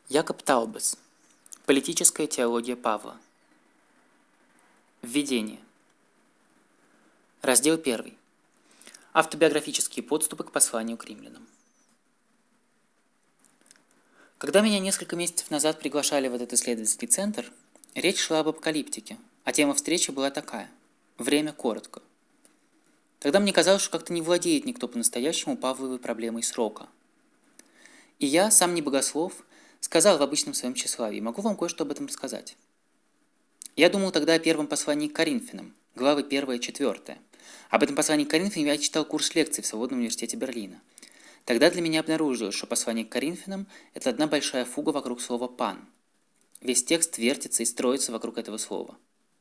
Якоб Таубес. Политическая теология Павла. Введение. Раздел 1. Автобиографические подступы к посланию к римлянам. Когда меня несколько месяцев назад приглашали в этот исследовательский центр, речь шла об апокалиптике, а тема встречи была такая – «Время коротко». Тогда мне казалось, что как-то не владеет никто по-настоящему Павловой проблемой срока. И я, сам не богослов, сказал в обычном своем тщеславии: могу вам кое-что об этом рассказать. Я думал тогда о первом послании к Коринфянам, главы 1-4. Об этом послании к Коринфянам я читал курс лекций в Свободном университете Берлина. Тогда для меня обнаружилось, что послание к Коринфянам – это одна большая фуга вокруг слова «пан». Весь текст вертится и строится вокруг этого слова.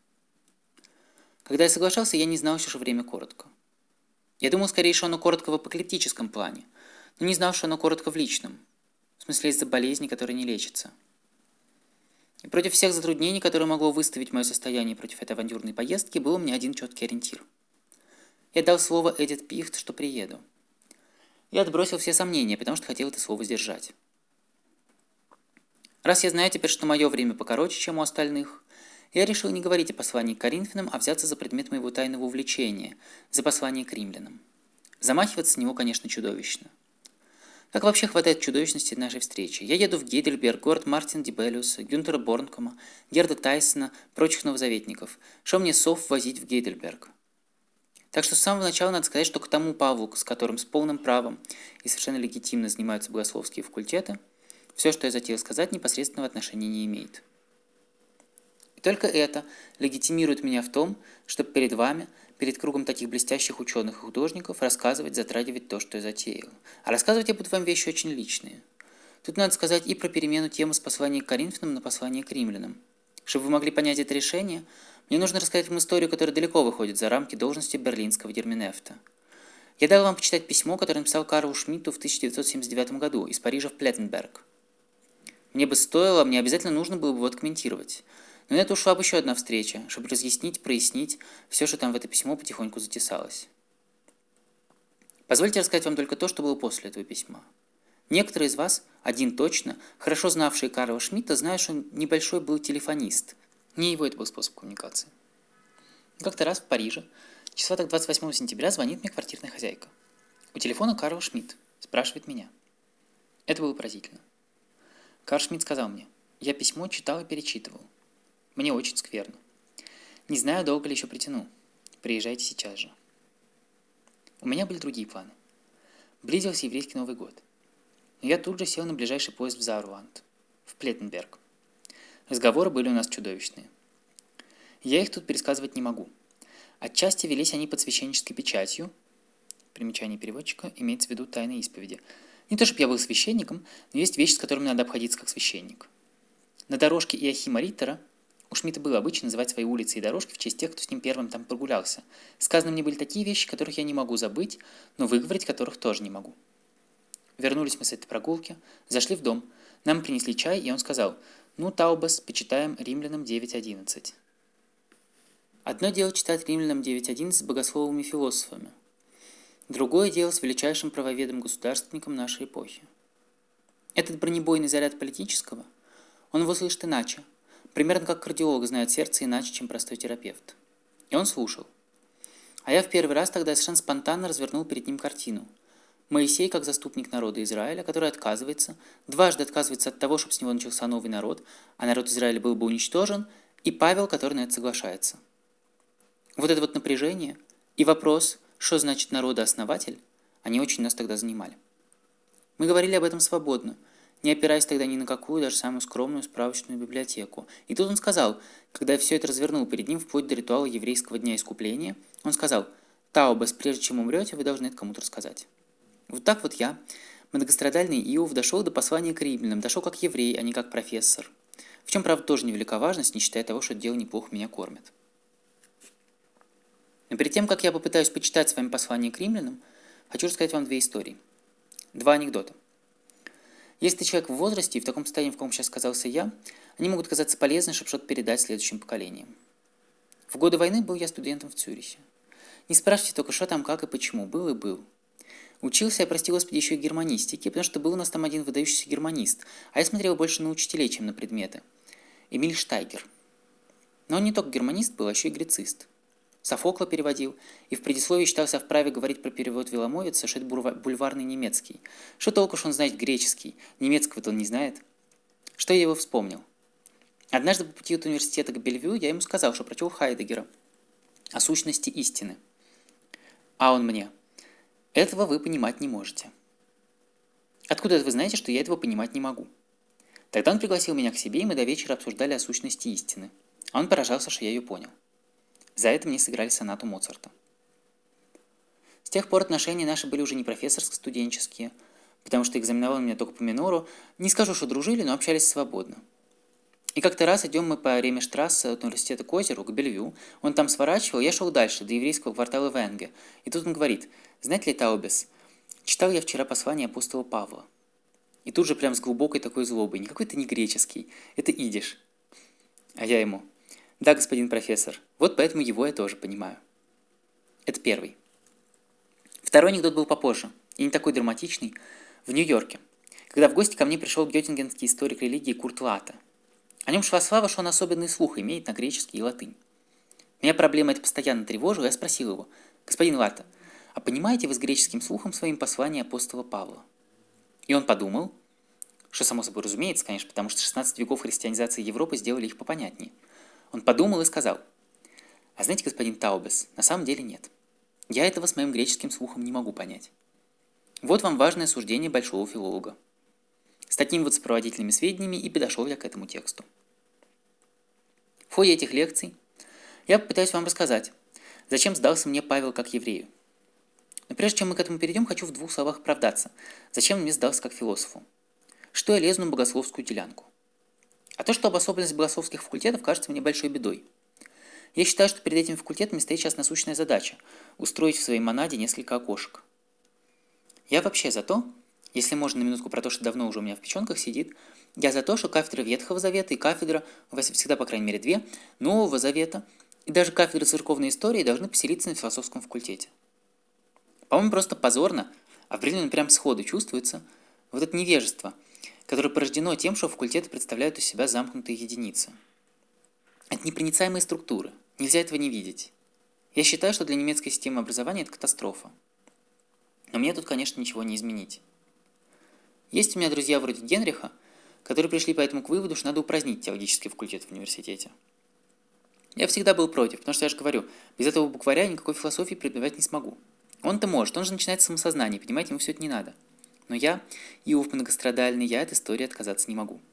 Когда я соглашался, я не знал еще, что время коротко. Я думал скорее, что оно коротко в апокалиптическом плане, но не знал, что оно коротко в личном, в смысле из-за болезни, которая не лечится. И против всех затруднений, которые могло выставить мое состояние против этой авантюрной поездки, был у меня один четкий ориентир. Я дал слово Эдит Пихт, что приеду. Я отбросил все сомнения, потому что хотел это слово сдержать. Раз я знаю теперь, что мое время покороче, чем у остальных, я решил не говорить о послании к Коринфянам, а взяться за предмет моего тайного увлечения, за послание к римлянам. Замахиваться с него, конечно, чудовищно. Как вообще хватает чудовищности нашей встречи? Я еду в Гейдельберг, город Мартина Дибелиуса, Гюнтера Борнкома, Герда Тайсона, прочих новозаветников. Что мне сов возить в Гейдельберг? Так что с самого начала надо сказать, что к тому Павлу, с которым с полным правом и совершенно легитимно занимаются богословские факультеты, все, что я затеял сказать, непосредственного отношения не имеет. И только это легитимирует меня в том, чтобы перед вами, перед кругом таких блестящих ученых и художников, рассказывать, затрагивать то, что я затеял. А рассказывать я буду вам вещи очень личные. Тут надо сказать и про перемену темы с послания к Коринфянам на послание к римлянам. Чтобы вы могли понять это решение, мне нужно рассказать вам историю, которая далеко выходит за рамки должности берлинского герменевта. Я дал вам почитать письмо, которое написал Карлу Шмидту в 1979 году из Парижа в Плеттенберг. Мне бы стоило, мне обязательно нужно было бы его откомментировать. Но на это ушла бы еще одна встреча, чтобы разъяснить, прояснить все, что там в это письмо потихоньку затесалось. Позвольте рассказать вам только то, что было после этого письма. Некоторые из вас, один точно, хорошо знавшие Карла Шмидта, знают, что он небольшой был телефонист. Не его это был способ коммуникации. Как-то раз в Париже, числа так 28 сентября, звонит мне квартирная хозяйка. У телефона Карл Шмидт, спрашивает меня. Это было поразительно. Карл Шмидт сказал мне: я письмо читал и перечитывал. Мне очень скверно. Не знаю, долго ли еще притяну. Приезжайте сейчас же. У меня были другие планы. Близился еврейский Новый год. Но я тут же сел на ближайший поезд в Заурланд, в Плеттенберг. Разговоры были у нас чудовищные. Я их тут пересказывать не могу. Отчасти велись они под священнической печатью. Примечание переводчика имеется в виду тайной исповеди. Не то, чтобы я был священником, но есть вещи, с которыми надо обходиться как священник. На дорожке Иохима Риттера, у Шмидта было обычно называть свои улицы и дорожки в честь тех, кто с ним первым там прогулялся, сказаны мне были такие вещи, которых я не могу забыть, но выговорить которых тоже не могу. Вернулись мы с этой прогулки, зашли в дом, нам принесли чай, и он сказал: ну, Таубес, почитаем Римлянам 9.11. Одно дело читать Римлянам 9.11 с богословами-философами, другое дело с величайшим правоведом-государственником нашей эпохи. Этот бронебойный заряд политического, он его слышит иначе, примерно как кардиолог знает сердце иначе, чем простой терапевт. И он слушал. А я в первый раз тогда совершенно спонтанно развернул перед ним картину. Моисей, как заступник народа Израиля, который отказывается, дважды отказывается от того, чтобы с него начался новый народ, а народ Израиля был бы уничтожен, и Павел, который на это соглашается. Вот это вот напряжение и вопрос, что значит народооснователь, они очень нас тогда занимали. Мы говорили об этом свободно, не опираясь тогда ни на какую, даже самую скромную справочную библиотеку. И тут он сказал, когда я все это развернул перед ним вплоть до ритуала еврейского дня искупления, он сказал: «Таубес, прежде чем умрете, вы должны это кому-то рассказать». Вот так вот я, многострадальный Иов, дошел до послания к римлянам, дошел как еврей, а не как профессор. В чем, правда, тоже невелика важность, не считая того, что это дело неплохо меня кормит. Но перед тем, как я попытаюсь почитать с вами послание к римлянам, хочу рассказать вам две истории. Два анекдота. Если ты человек в возрасте и в таком состоянии, в каком сейчас оказался я, они могут казаться полезны, чтобы что-то передать следующим поколениям. В годы войны был я студентом в Цюрихе. Не спрашивайте только, что там, как и почему. Был и был. Учился я, прости господи, еще и германистике, потому что был у нас там один выдающийся германист, а я смотрел больше на учителей, чем на предметы. Эмиль Штайгер. Но он не только германист был, а еще и грецист. Софокла переводил, и в предисловии считался вправе говорить про перевод Виломовица, что это бульварный немецкий. Что толку, что он знает греческий, немецкого-то он не знает. Что я его вспомнил? Однажды по пути от университета к Бельвю я ему сказал, что прочел Хайдеггера о сущности истины. А он мне: этого вы понимать не можете. Откуда вы знаете, что я этого понимать не могу? Тогда он пригласил меня к себе, и мы до вечера обсуждали о сущности истины. А он поражался, что я ее понял. За это мне сыграли сонату Моцарта. С тех пор отношения наши были уже не профессорско-студенческие, потому что экзаменовал он меня только по минору. Не скажу, что дружили, но общались свободно. И как-то раз идем мы по Ремештрассе от университета к озеру, к Бельвю. Он там сворачивал, я шел дальше, до еврейского квартала Венге. И тут он говорит: знаете ли, Таубес, читал я вчера послание апостола Павла. И тут же прям с глубокой такой злобой: никакой это не греческий, это идиш. А я ему: да, господин профессор, вот поэтому его я тоже понимаю. Это первый. Второй анекдот был попозже, и не такой драматичный, в Нью-Йорке, когда в гости ко мне пришел геттингенский историк религии Курт Латте. О нем шла слава, что он особенный слух имеет на греческий и латынь. Меня проблема эта постоянно тревожила, я спросил его: господин Латте, а понимаете вы с греческим слухом своим послание апостола Павла? И он подумал, что само собой разумеется, конечно, потому что 16 веков христианизации Европы сделали их попонятнее. Он подумал и сказал: а знаете, господин Таубес, на самом деле нет. Я этого с моим греческим слухом не могу понять. Вот вам важное суждение большого филолога. С такими вот сопроводительными сведениями и подошел я к этому тексту. В ходе этих лекций я попытаюсь вам рассказать, зачем сдался мне Павел как еврею. Но прежде чем мы к этому перейдем, хочу в 2 словах оправдаться, зачем он мне сдался как философу. Что я лезу на богословскую делянку? А то, что обособленность богословских факультетов кажется мне большой бедой. Я считаю, что перед этими факультетами стоит сейчас насущная задача – устроить в своей монаде несколько окошек. Я вообще за то, если можно на минутку про то, что давно уже у меня в печенках сидит, я за то, что кафедра Ветхого Завета и кафедра, всегда по крайней мере 2, Нового Завета и даже кафедра церковной истории должны поселиться на философском факультете. По-моему, просто позорно, а в определенно прям сходу чувствуется вот это невежество, которое порождено тем, что факультеты представляют из себя замкнутые единицы. Это непроницаемые структуры, нельзя этого не видеть. Я считаю, что для немецкой системы образования это катастрофа. Но мне тут, конечно, ничего не изменить. Есть у меня друзья вроде Генриха, которые пришли поэтому к выводу, что надо упразднить теологический факультет в университете. Я всегда был против, потому что я же говорю, без этого букваря никакой философии преподавать не смогу. Он-то может, он же начинает с самосознания, понимаете, ему все это не надо. Но я, Иов многострадальный, я от истории отказаться не могу.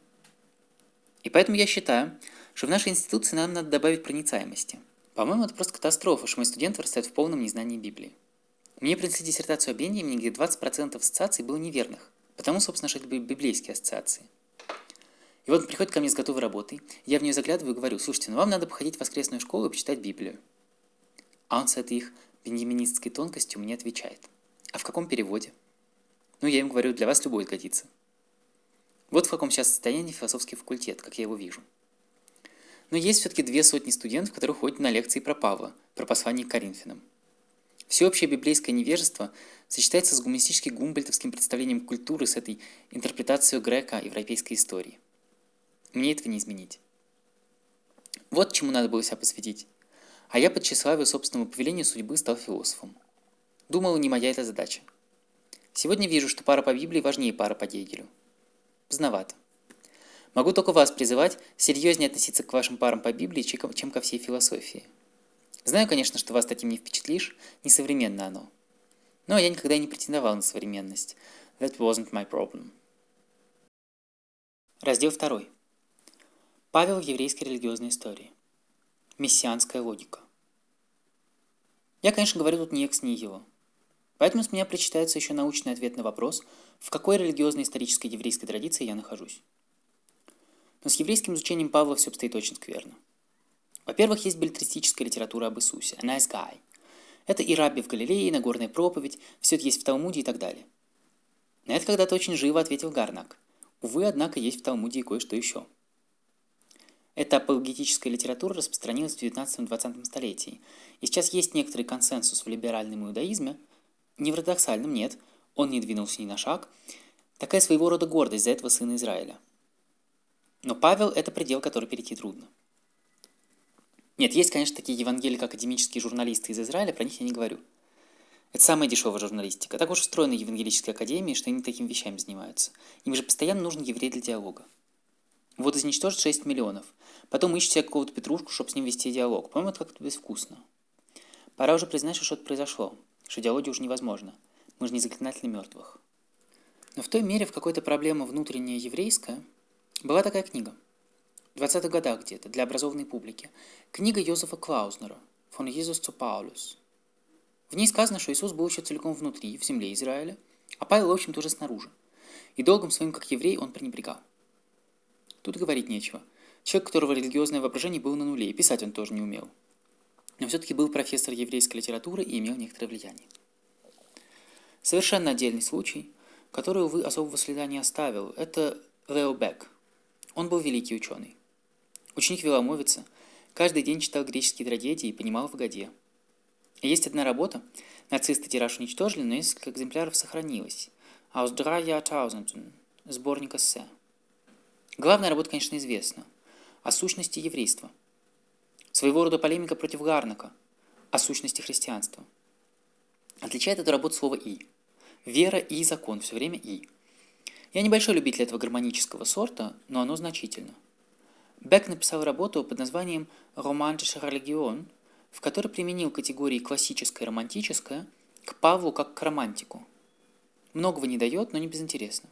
И поэтому я считаю, что в нашей институции нам надо добавить проницаемости. По-моему, это просто катастрофа, что мои студенты вырастают в полном незнании Библии. Мне принесли диссертацию об Индии, где 20% ассоциаций было неверных. Потому, собственно, что это были библейские ассоциации. И вот он приходит ко мне с готовой работой, я в нее заглядываю и говорю: слушайте, ну вам надо походить в воскресную школу и почитать Библию. А он с этой их беньяминистской тонкостью мне отвечает: а в каком переводе? Ну, я им говорю: для вас любой годится. Вот в каком сейчас состоянии философский факультет, как я его вижу. Но есть все-таки 200 студентов, которые ходят на лекции про Павла, про послание к Коринфянам. Всеобщее библейское невежество сочетается с гуманистически-гумбольтовским представлением культуры, с этой интерпретацией греко-европейской истории. Мне этого не изменить. Вот чему надо было себя посвятить. А я по тщеславию собственному повелению судьбы стал философом. Думал, не моя эта задача. Сегодня вижу, что пара по Библии важнее пары по Гегелю. Поздновато. Могу только вас призывать серьезнее относиться к вашим парам по Библии, чем ко всей философии. Знаю, конечно, что вас таким не впечатлишь, несовременно оно. Но я никогда и не претендовал на современность. That wasn't my problem. Раздел 2. Павел в еврейской религиозной истории. Мессианская логика. Я, конечно, говорю тут не экс нихило. Поэтому с меня причитается еще научный ответ на вопрос, в какой религиозно-исторической еврейской традиции я нахожусь. Но с еврейским изучением Павла все обстоит очень скверно. Во-первых, есть беллетристическая литература об Иисусе, a nice guy. Это и Рабби в Галилее, и Нагорная проповедь, все это есть в Талмуде и так далее. На это когда-то очень живо ответил Гарнак. Увы, однако, есть в Талмуде и кое-что еще. Эта апологетическая литература распространилась в 19-20 столетии, и сейчас есть некоторый консенсус в либеральном иудаизме, не в ортодоксальном, нет, он не двинулся ни на шаг. Такая своего рода гордость за этого сына Израиля. Но Павел – это предел, который перейти трудно. Нет, есть, конечно, такие евангелико-академические журналисты из Израиля, про них я не говорю. Это самая дешевая журналистика. Так уж устроены евангелические академии, что они такими вещами занимаются. Им же постоянно нужен еврей для диалога. Вот изничтожить 6 миллионов. Потом ищут себе какого-то петрушку, чтобы с ним вести диалог. По-моему, это как-то безвкусно. Пора уже признать, что что-то произошло, что диалоги уже невозможно. Мы же не заклинатели мертвых. Но в той мере, в какой-то проблема внутренняя еврейская, была такая книга. В 20-х годах где-то, для образованной публики. Книга Йозефа Клаузнера «Von Jesus zu Paulus». В ней сказано, что Иисус был еще целиком внутри, в земле Израиля, а Павел, в общем-то, уже снаружи. И долгом своим, как еврей, он пренебрегал. Тут говорить нечего. Человек, у которого религиозное воображение было на нуле, и писать он тоже не умел. Но все-таки был профессор еврейской литературы и имел некоторое влияние. Совершенно отдельный случай, который, увы, особого следа не оставил, это Лео Бек. Он был великий ученый. Ученик Виломовица, каждый день читал греческие трагедии и понимал в годе. Есть одна работа, нацисты тираж уничтожили, но несколько экземпляров сохранилось. Aus 3 Jahrtausenden, сборник эссе. Главная работа, конечно, известна. О сущности еврейства. Своего рода полемика против Гарнака. О сущности христианства. Отличает эту работу слово «и». Вера и закон, все время «и». Я небольшой любитель этого гармонического сорта, но оно значительно. Бек написал работу под названием «Romantische Religion», в которой применил категории классическое и романтическое к Павлу как к романтику. Многого не дает, но не безинтересно.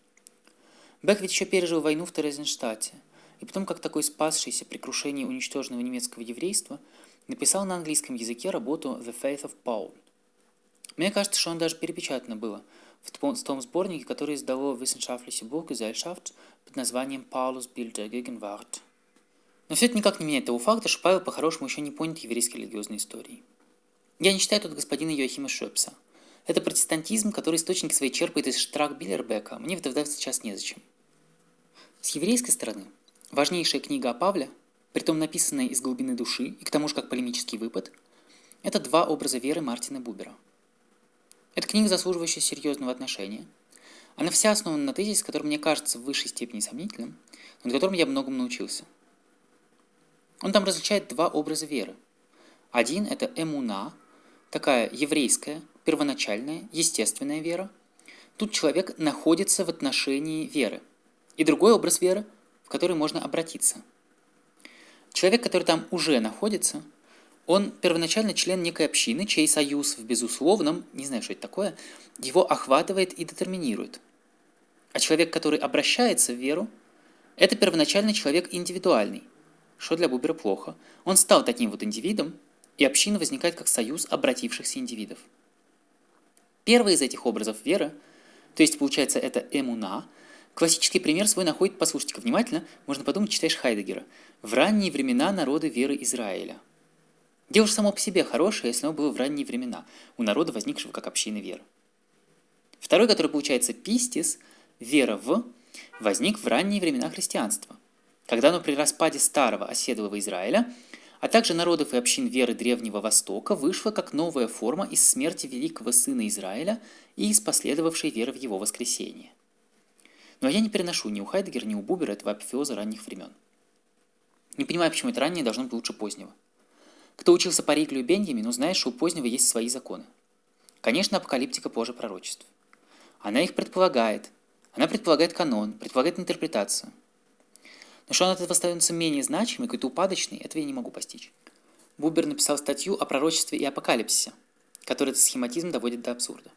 Бек ведь еще пережил войну в Терезенштадте, и потом, как такой спасшийся при крушении уничтоженного немецкого еврейства, написал на английском языке работу «The Faith of Paul». Мне кажется, что он даже перепечатано было в том сборнике, который издало Wissenschaftliche Buchgesellschaft под названием «Paulus Bild der Gegenwart». Но все это никак не меняет того факта, что Павел по-хорошему еще не понят еврейской религиозной историей. Я не читаю тут господина Йоахима Шопса. Это протестантизм, который источники свои черпает из Штрак-Биллербека, мне в это вдаваться сейчас незачем. С еврейской стороны, важнейшая книга о Павле, притом написанная из глубины души и к тому же как полемический выпад, это «Два образа веры» Мартина Бубера. Это книга, заслуживающая серьезного отношения. Она вся основана на тезисе, который мне кажется в высшей степени сомнительным, но на котором я многому научился. Он там различает два образа веры. Один – это эмуна, такая еврейская, первоначальная, естественная вера. Тут человек находится в отношении веры. И другой образ веры, в который можно обратиться. Человек, который там уже находится, он первоначально член некой общины, чей союз в безусловном, не знаю, что это такое, его охватывает и детерминирует. А человек, который обращается в веру, это первоначально человек индивидуальный, что для Бубера плохо. Он стал таким вот индивидом, и община возникает как союз обратившихся индивидов. Первый из этих образов веры, то есть, получается, это эмуна, классический пример свой находит, послушайте-ка внимательно, можно подумать, читаешь Хайдеггера, в ранние времена народы веры Израиля. Дело же само по себе хорошее, если оно было в ранние времена, у народа, возникшего как общины веры. Второй, который получается пистис, вера в, возник в ранние времена христианства, когда оно при распаде старого оседлого Израиля, а также народов и общин веры Древнего Востока вышло как новая форма из смерти великого сына Израиля и из последовавшей веры в его воскресение. Но я не переношу ни у Хайдеггера, ни у Бубера этого апофеоза ранних времен. Не понимаю, почему это раннее должно быть лучше позднего. Кто учился по Риглю и Беньямину, знает, что у позднего есть свои законы. Конечно, апокалиптика позже пророчеств. Она их предполагает. Она предполагает канон, предполагает интерпретацию. Но что она от этого становится менее значимой, какой-то упадочной, этого я не могу постичь. Бубер написал статью о пророчестве и апокалипсисе, который этот схематизм доводит до абсурда.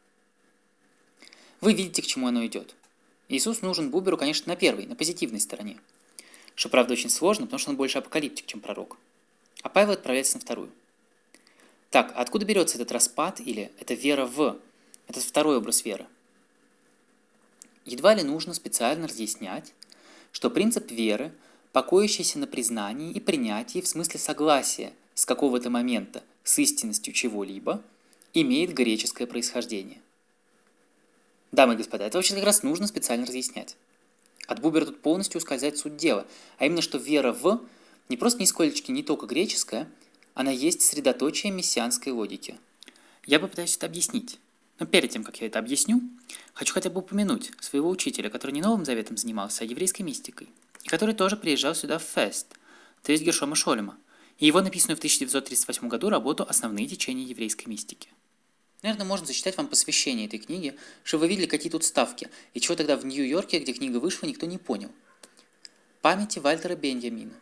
Вы видите, к чему оно идет. Иисус нужен Буберу, конечно, на первой, на позитивной стороне. Что, правда, очень сложно, потому что он больше апокалиптик, чем пророк. А Павел отправляется на вторую. Так, откуда берется этот распад или эта вера в, этот второй образ веры? Едва ли нужно специально разъяснять, что принцип веры, покоящийся на признании и принятии в смысле согласия с какого-то момента с истинностью чего-либо, имеет греческое происхождение. Дамы и господа, это вообще как раз нужно специально разъяснять. От Бубера тут полностью ускользает суть дела, а именно, что вера в не просто нисколечки не только греческая, она есть средоточие мессианской логики. Я попытаюсь это объяснить, Но перед тем, как я это объясню, хочу хотя бы упомянуть своего учителя, который не Новым Заветом занимался, а еврейской мистикой, и который тоже приезжал сюда в Фест, то есть Гершома Шолема, и его написанную в 1938 году работу «Основные течения еврейской мистики». Наверное, можно зачитать вам посвящение этой книги, чтобы вы видели, какие тут ставки, и чего тогда в Нью-Йорке, где книга вышла, никто не понял. Памяти Вальтера Беньямина,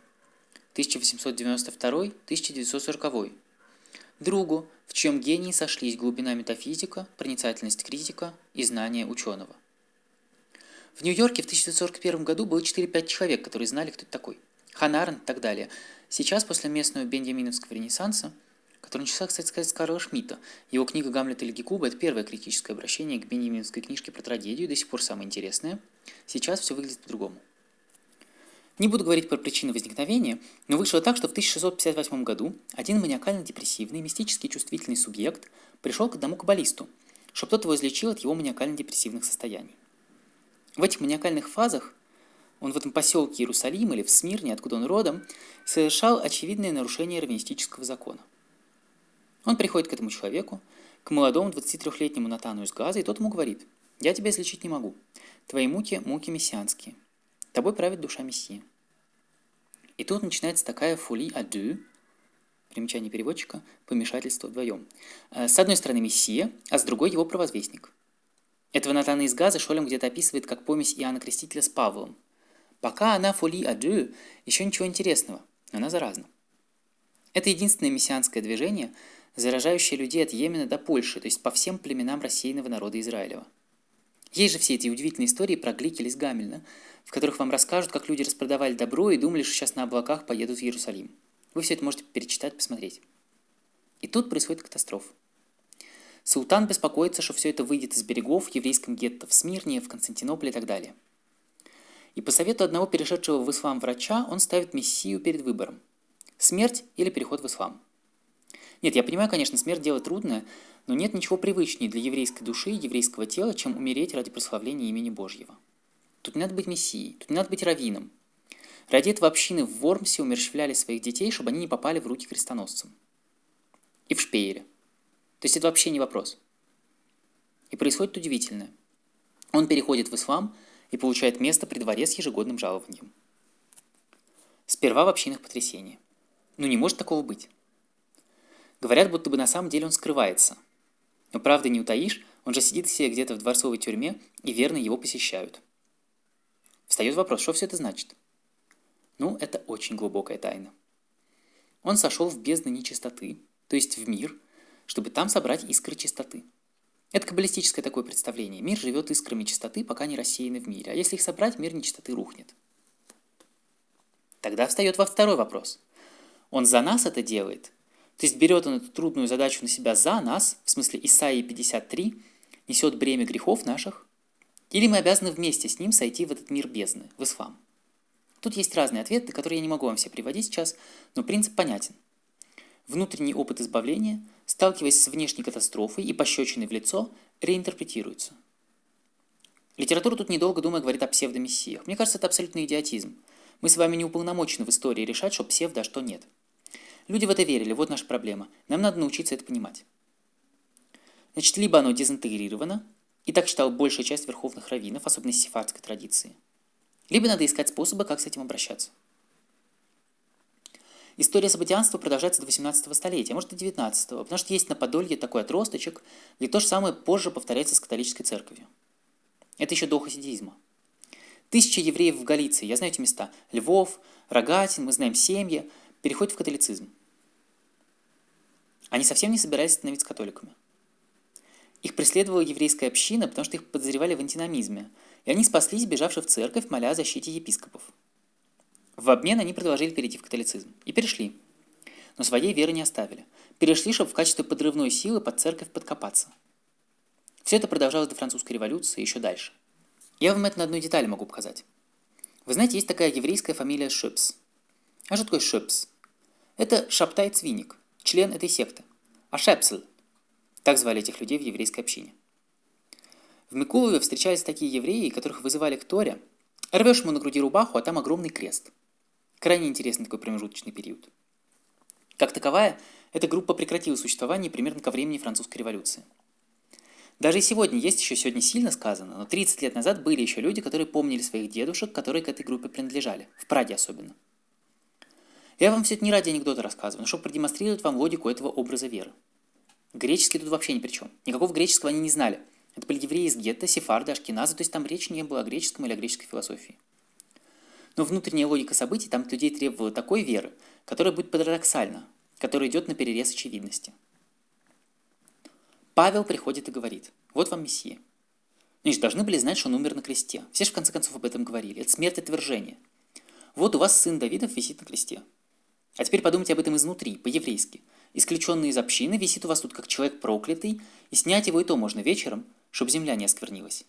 1892-1940. Другу, в чьем гении сошлись глубина метафизика, проницательность критика и знание ученого. В Нью-Йорке в 1941 году было 4-5 человек, которые знали, кто это такой. Ханна Аренд и так далее. Сейчас, после местного беньяминовского ренессанса, который начался, кстати сказать, с Карла Шмидта, его книга «Гамлет или Гекуба» — это первое критическое обращение к беньяминовской книжке про трагедию, до сих пор самое интересное. Сейчас все выглядит по-другому. Не буду говорить про причины возникновения, но вышло так, что в 1658 году один маниакально-депрессивный, мистически чувствительный субъект пришел к одному каббалисту, чтобы тот его излечил от его маниакально-депрессивных состояний. В этих маниакальных фазах он в этом поселке Иерусалим или в Смирне, откуда он родом, совершал очевидное нарушение раввинистического закона. Он приходит к этому человеку, к молодому 23-летнему Натану из Газа, и тот ему говорит: «Я тебя излечить не могу. Твои муки – муки мессианские. Тобой правит душа Мессии». И тут начинается такая folie à deux, примечание переводчика, помешательство вдвоем. С одной стороны Мессия, а с другой его провозвестник. Этого Натана из Газа Шолем где-то описывает как помесь Иоанна Крестителя с Павлом. Пока она folie à deux, еще ничего интересного, она заразна. Это единственное мессианское движение, заражающее людей от Йемена до Польши, то есть по всем племенам рассеянного народа Израилева. Есть же все эти удивительные истории про Гликеля из Гамельна, в которых вам расскажут, как люди распродавали добро и думали, что сейчас на облаках поедут в Иерусалим. Вы все это можете перечитать, посмотреть. И тут происходит катастрофа. Султан беспокоится, что все это выйдет из берегов в еврейском гетто в Смирне, в Константинополе и так далее. И по совету одного перешедшего в ислам врача он ставит Мессию перед выбором: смерть или переход в ислам. Нет, я понимаю, конечно, смерть – дело трудное, но нет ничего привычнее для еврейской души и еврейского тела, чем умереть ради прославления имени Божьего. Тут не надо быть мессией, тут не надо быть раввином. Ради этого общины в Вормсе умерщвляли своих детей, чтобы они не попали в руки крестоносцам. И в Шпеере. То есть это вообще не вопрос. И происходит удивительное. Он переходит в ислам и получает место при дворе с ежегодным жалованием. Сперва в общинах потрясение. Ну не может такого быть. Говорят, будто бы на самом деле он скрывается. Но правда не утаишь, он же сидит себе где-то в дворцовой тюрьме, и верно его посещают. Встает вопрос, что все это значит? Ну, это очень глубокая тайна. Он сошел в бездны нечистоты, то есть в мир, чтобы там собрать искры чистоты. Это каббалистическое такое представление. Мир живет искрами чистоты, пока не рассеяны в мире. А если их собрать, мир нечистоты рухнет. Тогда встает второй вопрос. Он за нас это делает? То есть берет он эту трудную задачу на себя за нас, в смысле Исаии 53, несет бремя грехов наших? Или мы обязаны вместе с ним сойти в этот мир бездны, в ислам? Тут есть разные ответы, которые я не могу вам все приводить сейчас, но принцип понятен. Внутренний опыт избавления, сталкиваясь с внешней катастрофой и пощечиной в лицо, реинтерпретируется. Литература тут, недолго думая, говорит о псевдомессиях. Мне кажется, это абсолютный идиотизм. Мы с вами не уполномочены в истории решать, что псевдо, а что нет. Люди в это верили, вот наша проблема. Нам надо научиться это понимать. Значит, либо оно дезинтегрировано, и так считала большая часть верховных раввинов, особенно сефардской традиции, либо надо искать способы, как с этим обращаться. История событиянства продолжается до 18 столетия, может, до 19, потому что есть на Подолье такой отросточек, где то же самое позже повторяется с католической церковью. Это еще до хасидизма. 1000 евреев в Галиции, я знаю эти места, Львов, Рогатин, мы знаем семьи, переходят в католицизм. Они совсем не собирались становиться католиками. Их преследовала еврейская община, потому что их подозревали в антиномизме, и они спаслись, бежавши в церковь, моля о защите епископов. В обмен они предложили перейти в католицизм. И перешли. Но своей веры не оставили. Перешли, чтобы в качестве подрывной силы под церковь подкопаться. Все это продолжалось до французской революции и еще дальше. Я вам это на одной детали могу показать. Вы знаете, есть такая еврейская фамилия Шепс. А что такое Шепс? Это Шабтай Цвиник, член этой секты. А Шепсель. Так звали этих людей в еврейской общине. В Микулове встречались такие евреи, которых вызывали к Торе. Рвешь ему на груди рубаху, а там огромный крест. Крайне интересный такой промежуточный период. Как таковая, эта группа прекратила существование примерно ко времени французской революции. Даже и сегодня есть еще сегодня сильно сказано, но 30 лет назад были еще люди, которые помнили своих дедушек, которые к этой группе принадлежали, в Праге особенно. Я вам все это не ради анекдота рассказываю, но чтобы продемонстрировать вам логику этого образа веры. Греческий тут вообще ни при чем. Никакого греческого они не знали. Это были евреи из гетто, сефарды, ашкеназы, то есть там речи не было о греческом или о греческой философии. Но внутренняя логика событий там от людей требовала такой веры, которая будет парадоксальна, которая идет на перерез очевидности. Павел приходит и говорит: вот вам Мессия. Они же должны были знать, что он умер на кресте. Все же в конце концов об этом говорили. Это смерть отвержения. Вот у вас сын Давидов висит на кресте. А теперь подумайте об этом изнутри, по-еврейски. Исключенный из общины висит у вас тут как человек проклятый, и снять его и то можно вечером, чтобы земля не осквернилась.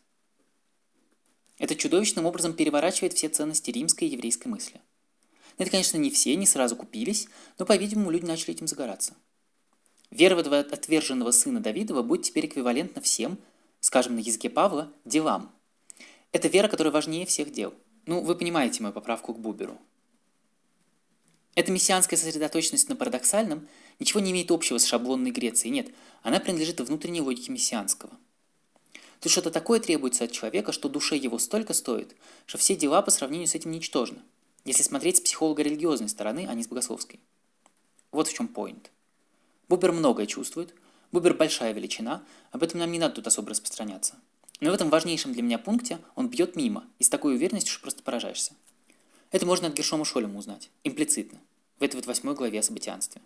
Это чудовищным образом переворачивает все ценности римской и еврейской мысли. Это, конечно, не все, не сразу купились, но, по-видимому, люди начали этим загораться. Вера в этого отверженного сына Давидова будет теперь эквивалентна всем, скажем на языке Павла, делам. Это вера, которая важнее всех дел. Ну, вы понимаете мою поправку к Буберу. Эта мессианская сосредоточенность на парадоксальном ничего не имеет общего с шаблонной Грецией, нет, она принадлежит внутренней логике мессианского. Тут что-то такое требуется от человека, что душе его столько стоит, что все дела по сравнению с этим ничтожны, если смотреть с психолого-религиозной стороны, а не с богословской. Вот в чем поинт. Бубер многое чувствует, Бубер большая величина, об этом нам не надо тут особо распространяться. Но в этом важнейшем для меня пункте он бьет мимо, и с такой уверенностью, что просто поражаешься. Это можно от Гершома Шолема узнать, имплицитно, в этой вот 8 главе о событианстве.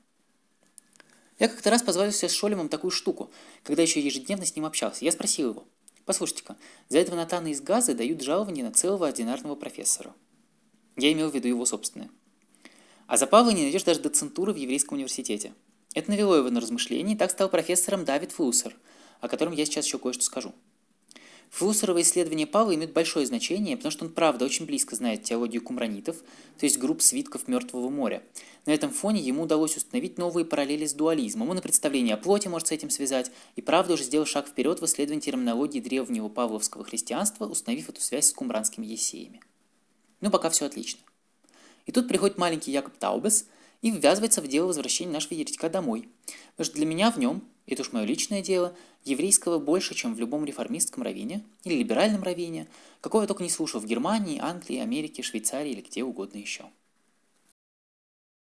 Я как-то раз позволил себе с Шолемом такую штуку, когда еще ежедневно с ним общался. Я спросил его: послушайте-ка, за этого Натана из Газы дают жалование на целого ординарного профессора. Я имел в виду его собственное. А за Павла не найдешь даже доцентуры в еврейском университете. Это навело его на размышления, и так стал профессором Давид Флуссер, о котором я сейчас еще кое-что скажу. Флуссерово исследования Павла имеют большое значение, потому что он, правда, очень близко знает теологию кумранитов, то есть групп свитков Мертвого моря. На этом фоне ему удалось установить новые параллели с дуализмом. Он и представление о плоти может с этим связать, и, правда, уже сделал шаг вперед в исследовании терминологии древнего павловского христианства, установив эту связь с кумранскими ессеями. Ну, пока все отлично. И тут приходит маленький Якоб Таубес и ввязывается в дело возвращения нашего еретика домой. Потому что для меня в нем, это уж мое личное дело, еврейского больше, чем в любом реформистском раввине или либеральном раввине, какого я только не слушал в Германии, Англии, Америке, Швейцарии или где угодно еще.